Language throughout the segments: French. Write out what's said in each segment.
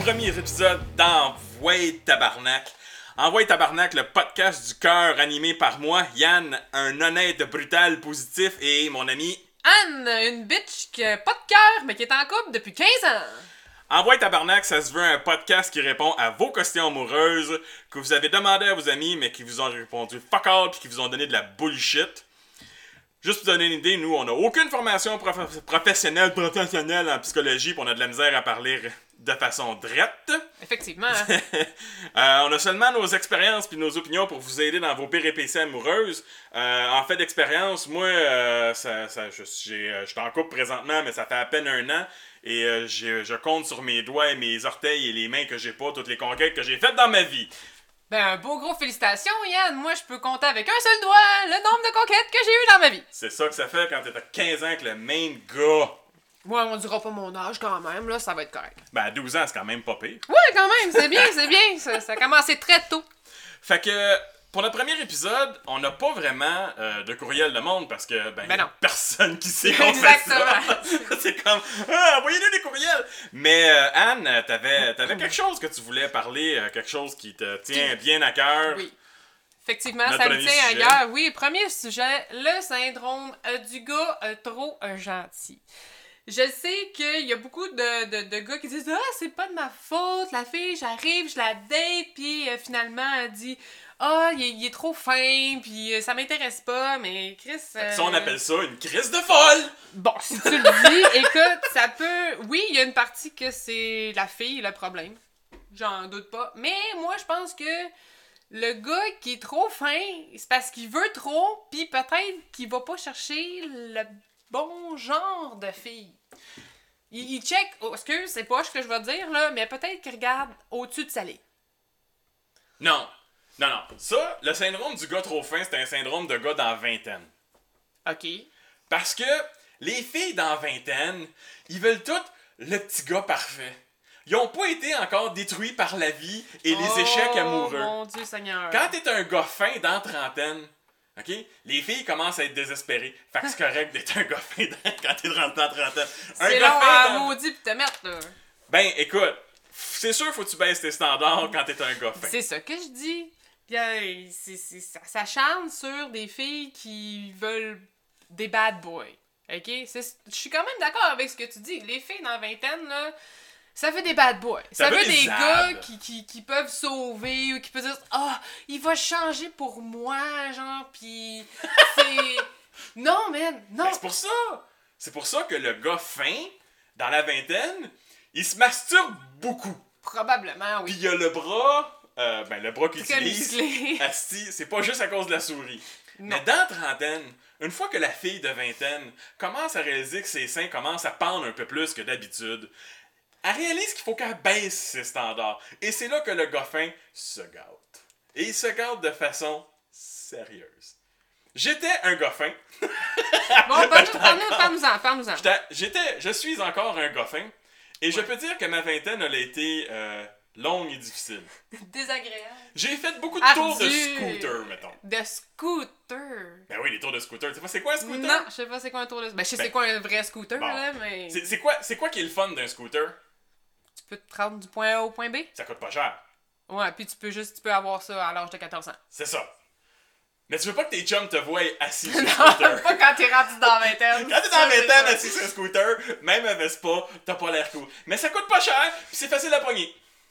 premiers épisodes d'Envoie Tabarnak. Envoie Tabarnak, le podcast du cœur animé par moi, Yann, un honnête, brutal, positif, et mon ami Anne, une bitch qui a pas de cœur, mais qui est en couple depuis 15 ans. Envoie Tabarnak, ça se veut un podcast qui répond à vos questions amoureuses que vous avez demandé à vos amis, mais qui vous ont répondu fuck all puis qui vous ont donné de la bullshit. Juste pour donner une idée, nous, on n'a aucune formation professionnelle en psychologie, puis on a de la misère à parler de façon drette. Effectivement. On a seulement nos expériences puis nos opinions pour vous aider dans vos péripéties amoureuses. En fait d'expérience, moi, je suis en couple présentement, mais ça fait à peine 1 an. Et je compte sur mes doigts et mes orteils et les mains que j'ai pas, toutes les conquêtes que j'ai faites dans ma vie. Ben, un beau gros félicitations, Yann. Moi, je peux compter avec un seul doigt le nombre de conquêtes que j'ai eues dans ma vie. C'est ça que ça fait quand t'es à 15 ans avec le même gars. Ouais, on dira pas mon âge quand même, là, ça va être correct. Ben, à 12 ans, c'est quand même pas pire. Ouais, quand même, c'est bien, c'est bien. Ça a commencé très tôt. Fait que, pour notre premier épisode, on n'a pas vraiment de courriel de monde parce que, ben, non. personne qui sait qu'on fait ça. C'est comme, envoyez-nous des courriels. Mais, Anne, t'avais quelque chose que tu voulais parler, quelque chose qui te tient bien à cœur. Oui. Effectivement, Notre ça me premier tient à sujet. cœur. Oui, premier sujet, le syndrome du gars trop gentil. Je sais qu'il y a beaucoup de gars qui disent « Ah, c'est pas de ma faute, la fille, j'arrive, je la date, puis finalement, elle dit « Ah, il est trop fin, puis ça m'intéresse pas, mais Chris... Ça, on appelle ça une crise de folle! Bon, si tu le dis, écoute, ça peut... Oui, il y a une partie que c'est la fille le problème, j'en doute pas, mais moi, je pense que le gars qui est trop fin, c'est parce qu'il veut trop, puis peut-être qu'il va pas chercher le bon genre de fille. Il check, excuse, c'est pas ce que je vais dire, là, mais peut-être qu'il regarde au-dessus de sa ligne. Non. Ça, le syndrome du gars trop fin, c'est un syndrome de gars dans la vingtaine. OK. Parce que les filles dans la vingtaine, ils veulent toutes le petit gars parfait. Ils ont pas été encore détruits par la vie et les échecs amoureux. Oh mon Dieu Seigneur. Quand t'es un gars fin dans la trentaine, OK? Les filles commencent à être désespérées. Fait que c'est correct d'être un gars fin quand t'es dans la trentaine. C'est long à maudit pis te mettre, là. Ben, écoute, c'est sûr faut que tu baisses tes standards quand t'es un gars fin. C'est ça que je dis. Puis ça charme sur des filles qui veulent des bad boys. OK? Je suis quand même d'accord avec ce que tu dis. Les filles dans la vingtaine, là, ça fait des bad boys. Ça veut des gars qui peuvent sauver ou qui peuvent dire « Ah, il va changer pour moi, genre, pis c'est... » Non, man, non. Ben, c'est pour ça que le gars fin, dans la vingtaine, il se masturbe beaucoup. Probablement, oui. Puis il y a le bras, le bras qu'il Très utilise, musclé. asti, c'est pas juste à cause de la souris. Non. Mais dans la trentaine, une fois que la fille de vingtaine commence à réaliser que ses seins commencent à pendre un peu plus que d'habitude, elle réalise qu'il faut qu'elle baisse ses standards. Et c'est là que le gars fin se gâte. Et il se gâte de façon sérieuse. J'étais un gars fin. Bon, parle-nous-en. Je suis encore un gars fin. Et je peux dire que ma vingtaine a été longue et difficile. Désagréable. J'ai fait beaucoup de tours de Ardu. scooter, mettons. De scooter. Ben oui, les tours de scooter. Tu sais pas c'est quoi un scooter? Non, je sais pas c'est quoi un tour de... Ben, je sais c'est quoi un vrai scooter, bon. là, mais... C'est quoi qui est le fun d'un scooter? Tu peux te rendre du point A au point B? Ça coûte pas cher. Ouais, puis tu peux avoir ça à l'âge de 14 ans. C'est ça. Mais tu veux pas que tes chums te voient assis sur le Non, scooter. pas quand t'es rendu dans la vingtaine. Quand t'es dans la vingtaine assis sur un scooter, même avec Vespa, t'as pas l'air cool. Mais ça coûte pas cher, pis c'est facile à pogner.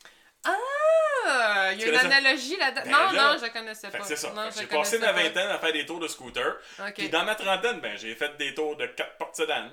Ah! Il y a une connais ça? analogie là-dedans. Ben non, là, je connaissais Fait pas. que c'est ça. Non, Fait que je j'ai passé connaissais ma pas. vingtaine à faire des tours de scooter. Ok. Puis dans ma trentaine, ben j'ai fait des tours de 4 portes sédan.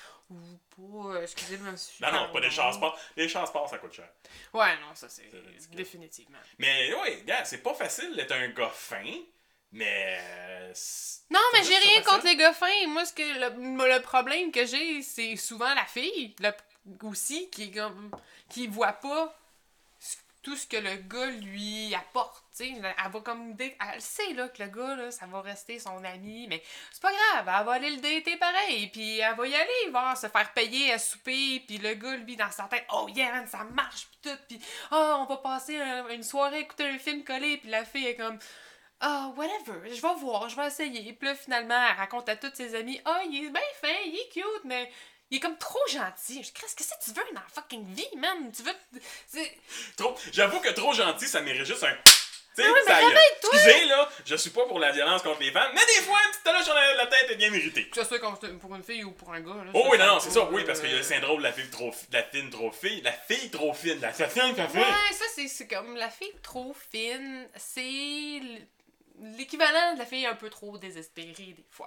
Pour, excusez-moi, je suis... Non, pas des chars-sports. Les chars-sports, ça coûte cher. Ouais, non, ça c'est ridicule. définitivement. Mais oui, gars, c'est pas facile d'être un gars fin, mais... Non, mais c'est j'ai juste rien ça contre les gars fins. Moi, le problème que j'ai, c'est souvent la fille, aussi, qui voit pas tout ce que le gars lui apporte. T'sais, elle va comme elle sait là, que le gars, là, ça va rester son ami, mais c'est pas grave, elle va aller le dater pareil, puis elle va y aller, il va se faire payer à souper, puis le gars, lui, dans sa tête, oh yeah, man, ça marche, puis tout, puis on va passer une soirée écouter un film collé, puis la fille est comme... whatever, je vais voir, je vais essayer. Puis là, finalement, elle raconte à toutes ses amies, il est bien fin, il est cute, mais il est comme trop gentil. Je dis, qu'est-ce que tu veux dans la fucking vie, man? Tu veux... J'avoue que trop gentil, ça mérite juste un... Tu sais, oui, mais réveille-toi! Excusez, là, je suis pas pour la violence contre les femmes, mais des fois, un petit talas sur la tête est bien mérité. Que ce soit pour une fille ou pour un gars. Là, Oh oui, non, c'est ça, oui, parce qu'il y a le syndrome de la fille trop fine, la fille trop fine, la fine, Ouais, ça, c'est comme la fille trop fine, c'est l'équivalent de la fille un peu trop désespérée, des fois.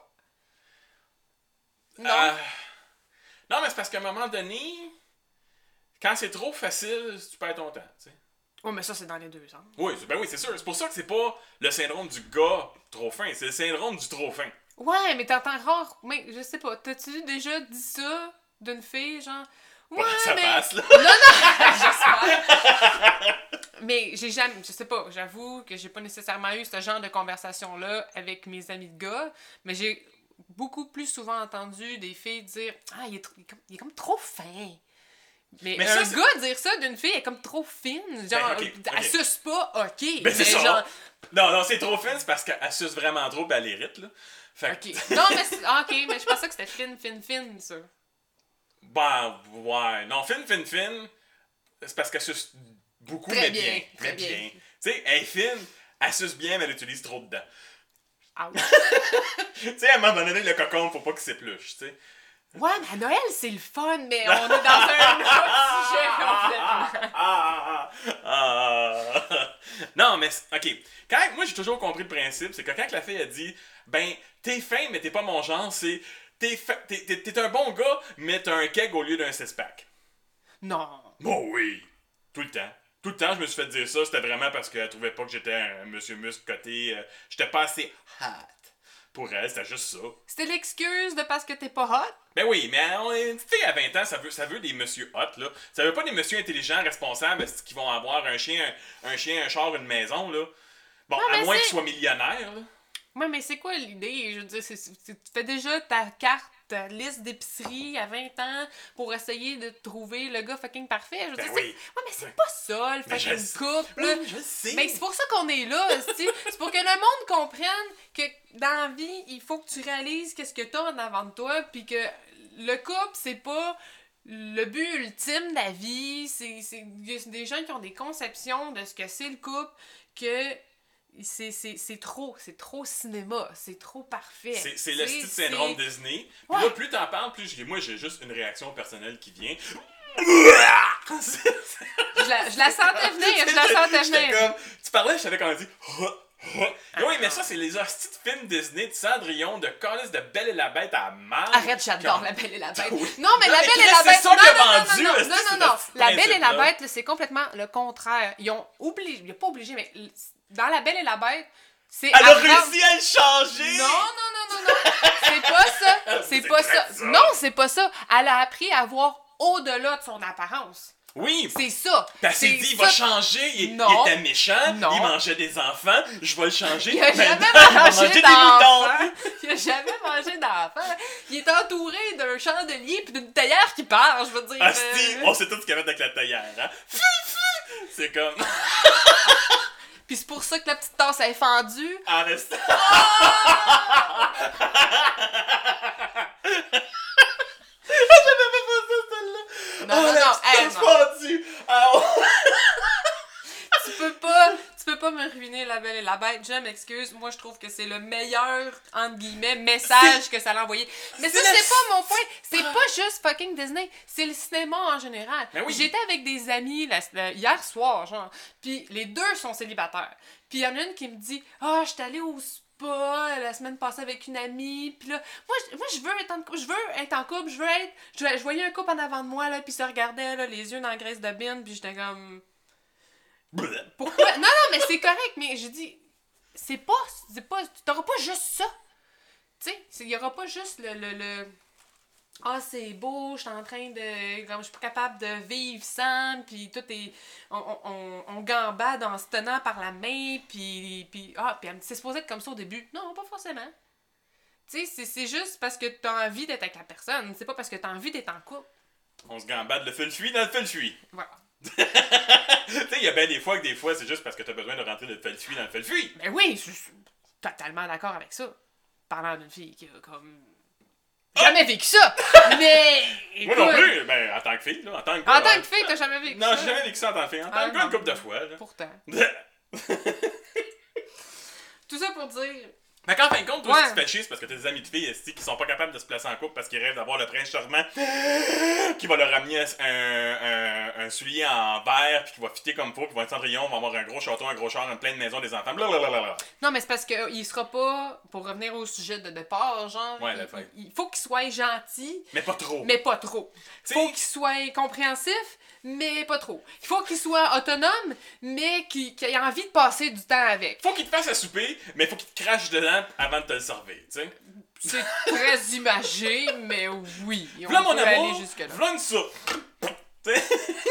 Non. Non, mais c'est parce qu'à un moment donné, quand c'est trop facile, tu perds ton temps, tu sais. Ouais, mais ça, c'est dans les deux sens. Oui, c'est sûr. C'est pour ça que c'est pas le syndrome du gars trop fin, c'est le syndrome du trop fin. Ouais, mais t'entends rare. Mais je sais pas, t'as-tu déjà dit ça d'une fille, genre. Ouais, ça mais... passe, là. Non, j'espère. Mais j'ai jamais. Je sais pas, j'avoue que j'ai pas nécessairement eu ce genre de conversation-là avec mes amis de gars, mais j'ai beaucoup plus souvent entendu des filles dire ah, il est comme trop fin. Mais un ça, gars dire ça d'une fille est comme trop fine. Genre, ben, ok. elle suce pas, ok. Ben, c'est ça. Genre... Non, c'est trop fine, c'est parce qu'elle suce vraiment trop, pis elle hérite, là. Fait que... Ok. Non, mais ok, mais je pensais que c'était fine, ça. Ben, ouais. Non, fine, c'est parce qu'elle suce beaucoup, Très mais bien, Très très bien. bien. Tu sais, elle est fine, elle suce bien, mais elle utilise trop dedans. Ah oui. Tu sais, à un moment donné, le cocon, faut pas qu'il s'épluche, tu sais. Ouais, mais à Noël, c'est le fun, mais on est dans un autre sujet complètement. Non, mais, ok. Moi, j'ai toujours compris le principe, c'est que quand la fille a dit, ben, t'es fin, mais t'es pas mon genre, c'est, t'es un bon gars, mais t'as un keg au lieu d'un six-pack. Non. Bon, oui. Tout le temps. Tout le temps, je me suis fait dire ça, c'était vraiment parce qu'elle trouvait pas que j'étais un monsieur muscle coté. J'étais pas assez hot pour elle, c'était juste ça. C'était l'excuse de parce que t'es pas hot? Ben oui, mais tu sais, à 20 ans, ça veut des messieurs hot, là. Ça veut pas des messieurs intelligents, responsables, qui vont avoir un chien, un char, une maison, là. Bon, Non, à moins c'est- qu'ils soient millionnaires, là. Ouais, mais c'est quoi l'idée? Je veux dire, tu fais déjà ta carte, ta liste d'épicerie à 20 ans pour essayer de trouver le gars fucking parfait. Je veux Ben dire, oui. ouais, mais c'est pas ça, le Mais fucking je- couple. Oui, je sais. Mais c'est pour ça qu'on est là, esti. C'est pour que le monde comprenne que dans la vie, il faut que tu réalises qu'est-ce que t'as en avant de toi, puis que le couple, c'est pas le but ultime de la vie. C'est des gens qui ont des conceptions de ce que c'est le couple, que c'est trop cinéma, c'est trop parfait. C'est le style syndrome Disney. Puis Ouais. là, plus t'en parles, plus moi, j'ai juste une réaction personnelle qui vient. Je la sentais venir, je la sentais J'étais venir. comme, tu parlais, je savais comment dire. Oui, mais ça, c'est les hosties de films Disney, de Cendrillon, de Calice de Belle et la Bête à mal. Arrête, j'adore La Belle et la Bête. Oui. Non, mais Non, La mais Belle et Chris, la c'est Bête. ça Non, qui a non, non, vendu, non, est-ce non, que non, non. c'est La Belle et la principe-là? Bête, là, c'est complètement le contraire. Ils ont oublié, il a pas obligé, mais dans La Belle et la Bête, c'est. Elle a apprendre- réussi à le changer! Non. C'est pas ça. C'est pas très ça. ça. Non, c'est pas ça. Elle a appris à voir au-delà de son apparence. Oui! C'est ça. T'as s'est C'est dit, il ça. va changer, il Non. était méchant, Non. il mangeait des enfants, je vais le changer. Il a jamais Maintenant, il va mangé manger des moutons! d'enfants. Il a jamais mangé d'enfants. Il est entouré d'un chandelier pis d'une théière qui part, je veux dire. Asti, on sait tout ce qu'il y avait avec la théière, hein? C'est comme... Pis c'est pour ça que la petite tasse est fendue. En instant... J'avais pas pensé à celle-là! Non, non, la non, petite hey, tasse non. fendue! Ah, oh. Tu peux pas me ruiner La Belle et la Bête, je m'excuse. Moi, je trouve que c'est le meilleur, entre guillemets, message que ça l'a envoyé. Mais ça, c'est pas mon point. C'est pas juste fucking Disney. C'est le cinéma en général. Ben oui. J'étais avec des amis hier soir, genre. Puis les deux sont célibataires. Puis il y en a une qui me dit « Ah, je suis allée au spa la semaine passée avec une amie. Puis là, moi je veux être en couple. Je voyais un couple en avant de moi, là, puis se regardait, là, les yeux dans la graisse de bine. Puis j'étais comme... Pourquoi? Non, mais c'est correct, mais je dis, c'est pas, t'auras pas juste ça. Tu sais, il y aura pas juste le ah, c'est beau, je suis en train de, comme je suis pas capable de vivre sans, puis tout est, on gambade en se tenant par la main, puis c'est supposé être comme ça au début. Non, pas forcément. Tu sais, c'est juste parce que t'as envie d'être avec la personne, c'est pas parce que t'as envie d'être en couple. On se gambade le feu-le-fuit dans le feu-le-fuit. Voilà. Tu sais, il y a bien des fois que c'est juste parce que t'as besoin de rentrer le feu-le-fuit dans le feu-le-fuit. Ben oui, je suis totalement d'accord avec ça. Parlant d'une fille qui a comme Jamais vécu ça! Mais. Moi non plus, ben, en tant que fille, là, en tant que En tant que fille, t'as jamais vécu non, ça? j'ai jamais vécu ça en tant que fille. En tant que gars, une couple de fois, là. Pourtant. Tout ça pour dire. Mais qu'en fin de compte, toi, Ouais. si tu te fais chier, c'est parce que t'as des amis de filles esti, qui sont pas capables de se placer en couple parce qu'ils rêvent d'avoir le prince charmant qui va leur ramener un soulier en verre puis qui va fitter comme faut, qui va être Cendrillon, va avoir un gros château, un gros char, une pleine maison, des enfants, blablabla. Non, mais c'est parce qu'il sera pas. Pour revenir au sujet de départ, genre. Ouais, le fait. Il faut qu'il soit gentil, Mais pas trop. mais pas trop. Il faut qu'il soit compréhensif, mais pas trop. Il faut qu'il soit autonome, mais qu'il ait envie de passer du temps avec. Faut qu'il te fasse à souper, mais faut qu'il te crache dedans avant de te le servir, tu sais. C'est très imagé, mais oui. On Voilà mon peut aller amour, jusque-là. voilà une soupe. Tu sais,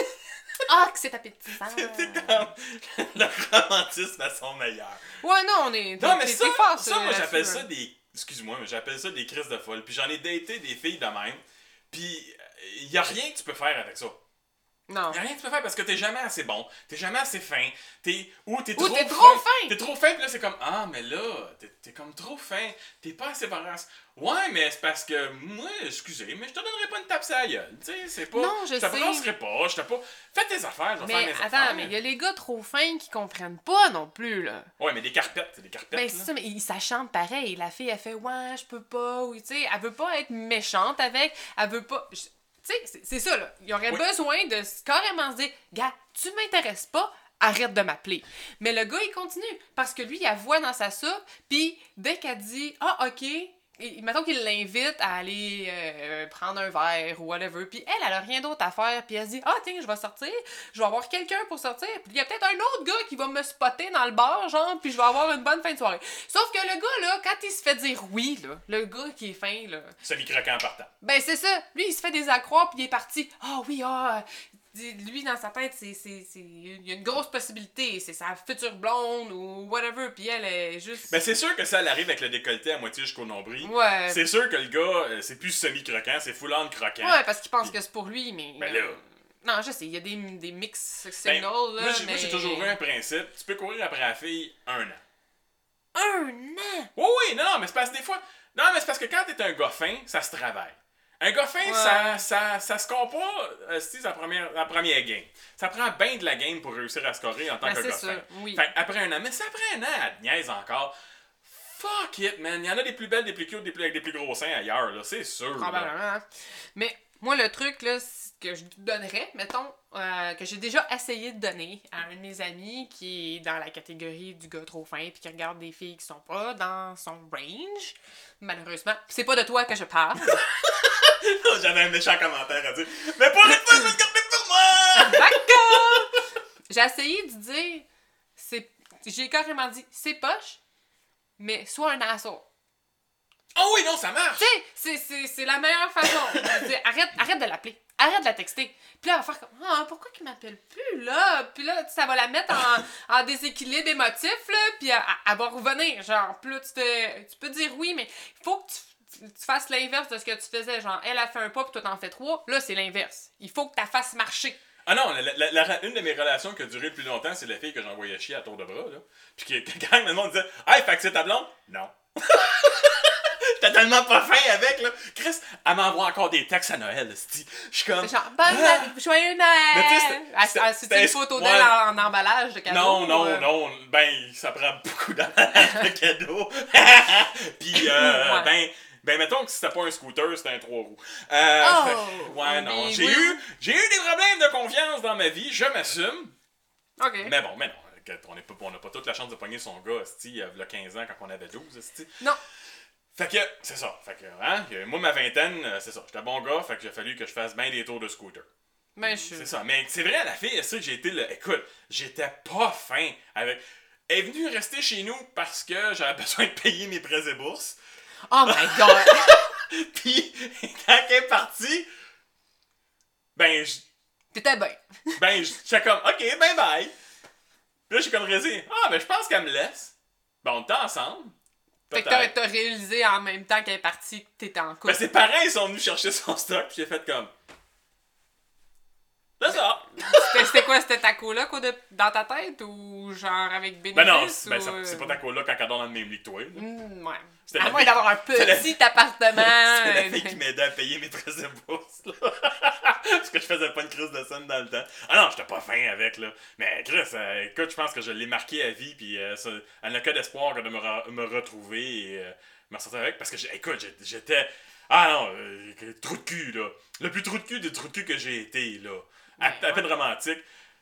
Ah, que c'est appétissant! c'est comme le romantisme à son meilleur. Ouais, non, on est. Non, mais t'es ça, fort, ça, moi, j'appelle là-dessus, ça hein. des... Excuse-moi, mais j'appelle ça des crises de folle. Puis j'en ai daté des filles de même. Puis y a rien que tu peux faire avec ça. Non. Y a rien que tu peux faire parce que t'es jamais assez bon, t'es jamais assez fin, t'es t'es trop trop fin. T'es trop fin, puis là c'est comme ah mais là t'es comme trop fin, t'es pas assez vorace. Ouais mais c'est parce que moi excusez mais je te donnerai pas une tape sur la gueule, tu sais c'est pas. Non, je te sais. brasserai pas, je te pas. Fais tes affaires, je vais faire Mais mes attends, affaires. mais il y a les gars trop fins qui comprennent pas non plus, là. Ouais mais des carpettes, c'est des carpettes. Ben, là. c'est ça, mais ça chante pareil. La fille, elle fait ouais, je peux pas, ou tu sais, elle veut pas être méchante avec, elle veut pas. Tu sais, c'est ça, là. Il y aurait Oui. besoin de carrément se dire, gars, tu m'intéresses pas, arrête de m'appeler. Mais le gars, il continue, parce que lui, il a voix dans sa soupe, puis dès qu'elle dit, ah, ok. Et mettons qu'il l'invite à aller prendre un verre ou whatever, puis elle a rien d'autre à faire, puis elle se dit ah tiens je vais sortir, je vais avoir quelqu'un pour sortir, puis il y a peut-être un autre gars qui va me spotter dans le bar genre, puis je vais avoir une bonne fin de soirée. Sauf que le gars là, quand il se fait dire oui là, le gars qui est fin là, Semi-croquant en partant. ben c'est ça, lui il se fait des accrocs puis il est parti. Ah oui lui dans sa tête il y a une grosse possibilité, c'est sa future blonde ou whatever, puis elle est juste. Ben c'est sûr que ça elle arrive avec le décolleté à moitié jusqu'au nombril. Ouais. C'est sûr que le gars, c'est plus semi-croquant, c'est full-on croquant. Ouais, parce qu'il pense que c'est pour lui, mais. Ben là. Non, je sais, il y a des mix Ben, signals, là. moi, mais... j'ai toujours eu un principe. Tu peux courir après la fille 1 an. 1 an! Oui, oui, non, mais c'est parce que des fois. Non, mais c'est parce que quand t'es un gars fin, ça se travaille. Un gars fin, Ouais. ça score pas, c'est la première game. Ça prend bien de la game pour réussir à scorer en tant Ben, que c'est gars ça, fin. oui. Fait après un an, mais c'est après un an, elle te niaise encore. Fuck it, man. Il y en a des plus belles, des plus cute, avec des plus gros seins ailleurs, là, c'est sûr. là. Probablement. Hein. Mais moi, le truc, là, que je donnerais, mettons, que j'ai déjà essayé de donner à un de mes amis qui est dans la catégorie du gars trop fin puis qui regarde des filles qui sont pas dans son range, malheureusement. C'est pas de toi que je parle. J'avais un méchant commentaire à dire. Mais pour une fois, je vais le garder pour moi! D'accord! J'ai essayé de dire, j'ai carrément dit, c'est poche, mais sois un asshole. Oh oui, non, ça marche! Tu sais, c'est la meilleure façon. Je dis, arrête de l'appeler. Arrête de la texter. Puis là, elle va faire comme ah, pourquoi qu'il m'appelle plus, là? Puis là, ça va la mettre en déséquilibre émotif, là. Puis elle va revenir. Genre, puis là, tu peux dire oui, mais il faut que tu fasses l'inverse de ce que tu faisais. Genre, elle a fait un pas, puis toi, t'en fais 3. Là, c'est l'inverse. Il faut que tu la fasses marcher. Ah non, une de mes relations qui a duré le plus longtemps, c'est la fille que j'envoyais chier à tour de bras, là. Puis quand le monde disait hey, fait que c'est ta blonde? Non. J'étais tellement pas fin avec, là. Chris, elle m'envoie encore des textes à Noël, c'ti. Je suis comme. C'est genre, joyeux Mais tu sais, Noël! C'est une photo d'elle ouais. en emballage de cadeau. Non. Ben, ça prend beaucoup d'emballage de cadeaux. Puis, Ouais. ben, mettons que c'était pas un scooter, c'était un 3 roues. Ouais, non. mais J'ai oui. eu des problèmes de confiance dans ma vie, je m'assume. OK. Mais non. On n'a pas toute la chance de pogner son gars, il y a 15 ans quand on avait 12, Non. Fait que, c'est ça. Fait que, hein, moi, ma vingtaine, c'est ça. J'étais un bon gars, fait que j'ai fallu que je fasse bien des tours de scooter. Ben, C'est ça. Mais c'est vrai, la fille, c'est que j'ai été là. Écoute, j'étais pas fin avec. Elle est venue rester chez nous parce que j'avais besoin de payer mes prêts et bourses. Oh my god! Puis, quand elle est partie, ben, T'étais bien. j'étais comme, ok, ben bye. Puis là, j'ai comme réalisé, ben, je pense qu'elle me laisse. Ben, on était ensemble. Fait que Peut-être. t'as réalisé en même temps qu'elle est partie que t'étais en couple. Ben, ses parents, ils sont venus chercher son stock, puis j'ai fait comme. C'est ça. C'était quoi? C'était ta coloc dans ta tête ou genre avec bénéfice? Ben non, ou, c'est pas ta coloc quand elle dort dans le même lit que toi. Là. Ouais. C'était À la moins fille- d'avoir un petit appartement. C'était la fille qui m'aidait à payer mes 13 de bourse, là. Parce que je faisais pas une crise de scène dans le temps. Ah non, j'étais pas fin avec, là. Mais Chris, écoute, je pense que je l'ai marqué à vie, puis elle n'a que d'espoir que de me retrouver et me ressortir avec. Parce que, écoute, j'étais... Ah non, trou de cul, là. Le plus trou de cul des trous de cul que j'ai été, là. À peine romantique.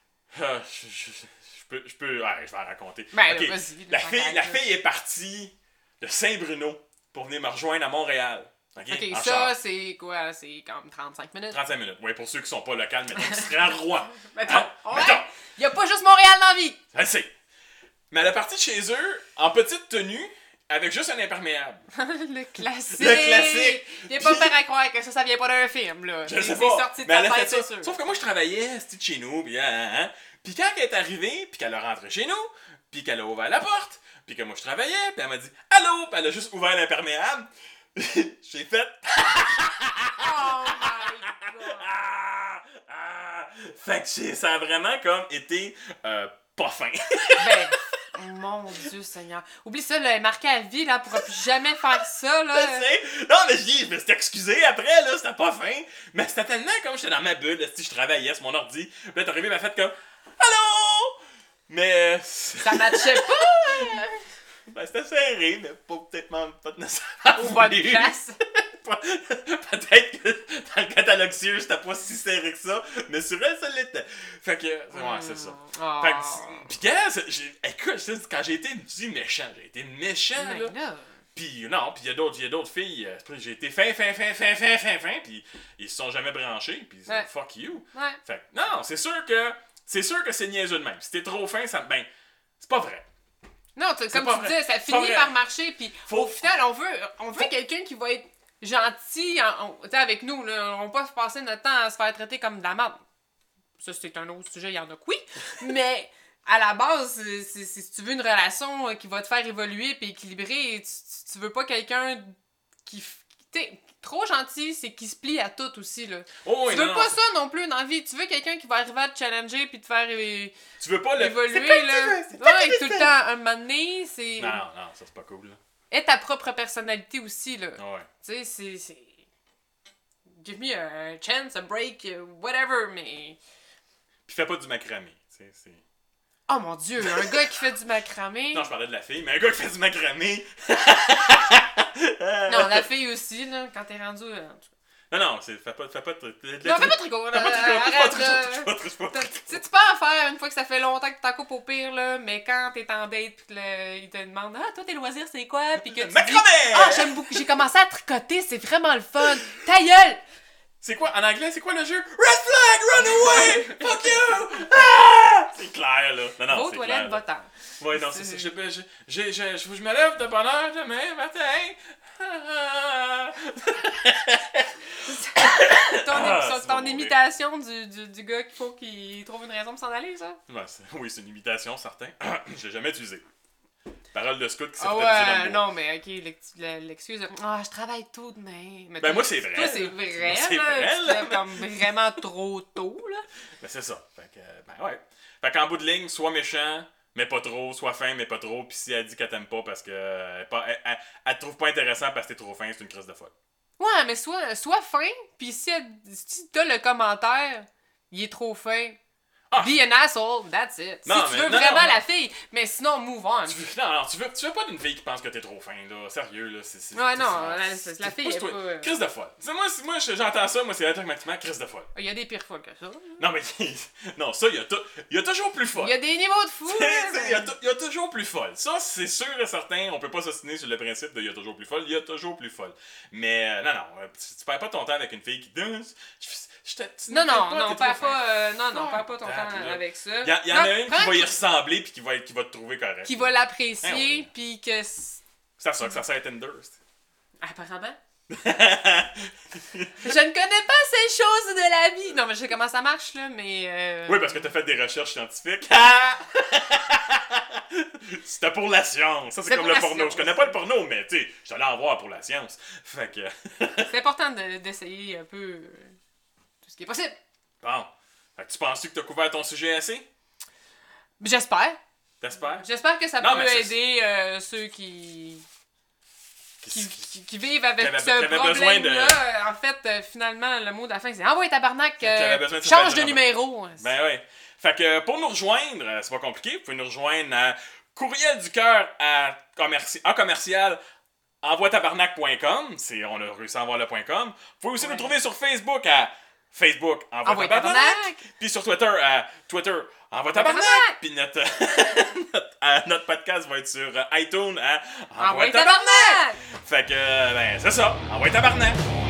Je peux... Ouais, je vais en raconter. Ben, Ok, vas-y. la fille est partie de Saint-Bruno pour venir me rejoindre à Montréal. OK, Ok, en ça, char. c'est quoi? C'est comme 35 minutes. 35 minutes. Oui, pour ceux qui sont pas locaux, mettons qui seraient à Rouen. Mettons. Hein? Ouais. Mettons. Y a pas juste Montréal dans la vie. Je le sais. Mais elle est partie de chez eux en petite tenue avec juste un imperméable. Le classique. Le classique. Viens pas me faire à croire que ça vient pas d'un film, là. Je le sais C'est pas. sorti de Mais elle ta a fait tête, ça. c'est sûr. Sauf que moi, je travaillais, c'était de chez nous, puis Puis quand elle est arrivée, puis qu'elle est rentrée chez nous, puis qu'elle a ouvert la porte, puis que moi, je travaillais, puis elle m'a dit « Allô? » Puis elle a juste ouvert l'imperméable. J'ai fait... Oh my god. Fait que ça a vraiment comme été pas fin. Ben, mon Dieu Seigneur. Oublie ça, là, elle est marquée à vie, là, elle pourra plus jamais faire ça, là. Je sais. Non, mais je me suis excusé après, là, c'était pas fin. Mais c'était tellement comme j'étais dans ma bulle, là, je travaillais sur mon ordi. Puis là, t'es arrivé, m'a fait comme Allô? Mais. Ça matchait pas. Ben, c'était serré, mais pas nécessairement. Au bonne voulu. place. Peut-être que dans le catalogue Sears, c'était pas si serré que ça, mais sur elle, ça l'était. Fait que, ouais, c'est ça. Oh. Fait que, pis écoute, quand j'ai été dit méchant, j'ai été méchant, Mais là. là. Pis non, pis il y a d'autres filles, j'ai été fin, pis ils se sont jamais branchés, pis Ouais. fuck you. Ouais. Fait que, non, c'est sûr que c'est niaiseux de même. Si t'es trop fin, ben, c'est pas vrai. Non, comme pas tu vrai. disais, ça C'est finit pas vrai. par marcher, puis Faut- au final, on veut quelqu'un qui va être gentil tu sais, avec nous, là. On va pas se passer notre temps à se faire traiter comme de la merde. Ça, c'est un autre sujet, il y en a que oui. Mais à la base, si tu veux une relation qui va te faire évoluer puis équilibrer, tu veux pas quelqu'un qui... Tu sais, trop gentil, c'est qui se plie à tout aussi, là. Oh, Tu veux pas ça non plus dans la vie. Tu veux quelqu'un qui va arriver à te challenger puis te faire Tu veux pas le. évoluer, C'est pas que là. tu veux, c'est pas Ouais, que tout tu le veux. temps, un moment donné, c'est... Non, ça c'est pas cool, là. Aie ta propre personnalité aussi, là. Ouais. Tu sais, c'est... Give me a chance, a break, whatever, mais... Pis fais pas du macramé, tu sais, c'est. Oh mon Dieu, un gars qui fait du macramé... Non, je parlais de la fille, mais un gars qui fait du macramé. Non, la fille aussi, là, quand t'es rendu... en tout cas. Non, fais pas. Non, fais pas de tricot, là. Fais pas de Arrête, tricot, là. touche pas. Tu sais, tu peux en faire une fois que ça fait longtemps que t'es en couple au pire, là, mais quand t'es en date pis que il te demande « Ah, toi, tes loisirs, c'est quoi? » Pis que tu dis Macramé! « Ah, j'aime beaucoup, j'ai commencé à tricoter, c'est vraiment le fun. Ta gueule! » C'est quoi, en anglais, c'est quoi le jeu? Red flag, run away! Fuck you! Ah! C'est clair, là. Non, Va aux c'est toilettes, clair. va-t'en. Ouais, non, c'est ça. Je me lève de bonne heure demain matin. C'est Ton bon, imitation du gars qu'il faut qu'il trouve une raison pour s'en aller, ça? Ouais, oui, c'est une imitation, certain. Je l'ai jamais utilisé. Parole de scout qui s'est Ah fait abuser dans ouais, le bois. non, mais ok, l'excuse. Ah, je travaille tôt demain. Mais Ben, toi- moi, c'est vrai. Toi, c'est vrai, Moi, c'est là. vrai, Tu là. te lèves comme vraiment trop tôt, là. Ben, c'est ça. Fait que, ben ouais. Fait qu'en bout de ligne, sois méchant, mais pas trop, sois fin, mais pas trop. Puis si elle dit qu'elle t'aime pas parce que elle te trouve pas intéressant parce que t'es trop fin, c'est une crise de folle. Ouais, mais sois fin, pis si t'as le commentaire, il est trop fin. Ah. Be an asshole, that's it. Non, si tu mais- veux non, vraiment non, la fille, mais sinon, move on. Tu veux pas d'une fille qui pense que t'es trop fin, là. Sérieux, là. Ouais, non, la fille est pas... Crise de folle. Tu sais, moi j'entends ça, moi, c'est automatiquement crise de folle. Il y a des pires folles que ça. Non, mais. Non, ça, il y a toujours plus folle. Il y a des niveaux de fou, là, Il y a toujours plus folle. Ça, c'est sûr et certain. On peut pas s'assiner sur le principe de il y a toujours plus folle. Il y a toujours plus folle. Mais non, tu perds pas ton temps avec une fille qui danse. Non, t'es perds trop fin. pas, perds pas ton Ah, temps là. avec ça. Il y en a une qui va y ressembler puis qui va te trouver correct. Qui va l'apprécier, Ah oui. puis que... C'est ça que ça sert à Tinder. Apparemment. Je ne connais pas ces choses de la vie. Non, mais je sais comment ça marche, là, mais... Oui, parce que t'as fait des recherches scientifiques. Ah! C'était pour la science. Ça, c'est C'est comme pour le la porno. science. Je connais pas le porno, mais tu sais, j'allais en voir pour la science. Fait que. C'est important d'essayer un peu tout ce qui est possible. Bon. Fait que tu penses que t'as couvert ton sujet assez? J'espère. T'espères? J'espère que ça Non, peut mais aider ceux qui vivent avec qui ce avaient besoin de- problème-là. En fait, finalement, le mot de la fin, c'est « Envoie tabarnak, avaient besoin de se change de faire numéro. » Ben ouais. Fait que pour nous rejoindre, c'est pas compliqué, vous pouvez nous rejoindre à courriel du cœur en commercial envoitabarnak.com. On a réussi à avoir le .com. Vous pouvez aussi nous trouver sur Facebook à Facebook Envoie Tabarnak. tabarnak. Puis sur Twitter à Twitter Envoie Tabarnak. Tabarnak. Puis notre podcast va être sur iTunes à Envoie tabarnak! Fait que, ben, c'est ça. Envoie Tabarnak.